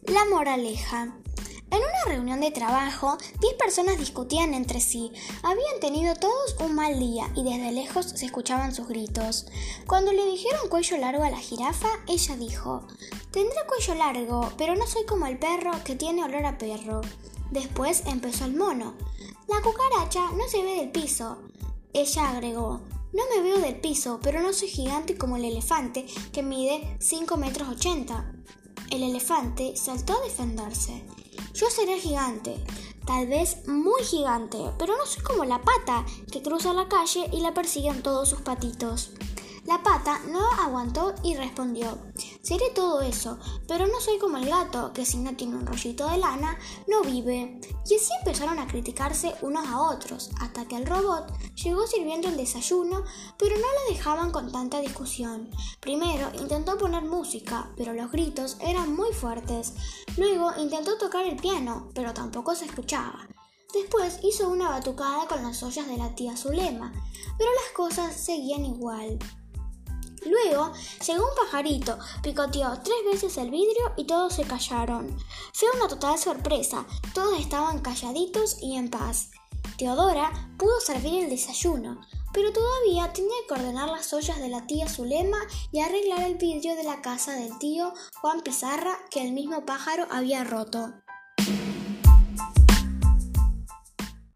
La moraleja. En una reunión de trabajo, 10 personas discutían entre sí. Habían tenido todos un mal día y desde lejos se escuchaban sus gritos. Cuando le dijeron cuello largo a la jirafa, ella dijo: «Tendré cuello largo, pero no soy como el perro que tiene olor a perro». Después empezó el mono: «La cucaracha no se ve del piso». Ella agregó: «No me veo del piso, pero no soy gigante como el elefante, que mide 5,80 metros». El elefante saltó a defenderse: «Yo seré gigante, tal vez muy gigante, pero no soy como la pata, que cruza la calle y la persiguen todos sus patitos». La pata no aguantó y respondió: «Seré todo eso, pero no soy como el gato, que si no tiene un rollito de lana, no vive». Y así empezaron a criticarse unos a otros, hasta que el robot llegó sirviendo el desayuno, pero no lo dejaban con tanta discusión. Primero intentó poner música, pero los gritos eran muy fuertes. Luego intentó tocar el piano, pero tampoco se escuchaba. Después hizo una batucada con las ollas de la tía Zulema, pero las cosas seguían igual. Luego llegó un pajarito, picoteó 3 veces el vidrio y todos se callaron. Fue una total sorpresa, todos estaban calladitos y en paz. Teodora pudo servir el desayuno, pero todavía tenía que ordenar las ollas de la tía Zulema y arreglar el vidrio de la casa del tío Juan Pizarra que el mismo pájaro había roto.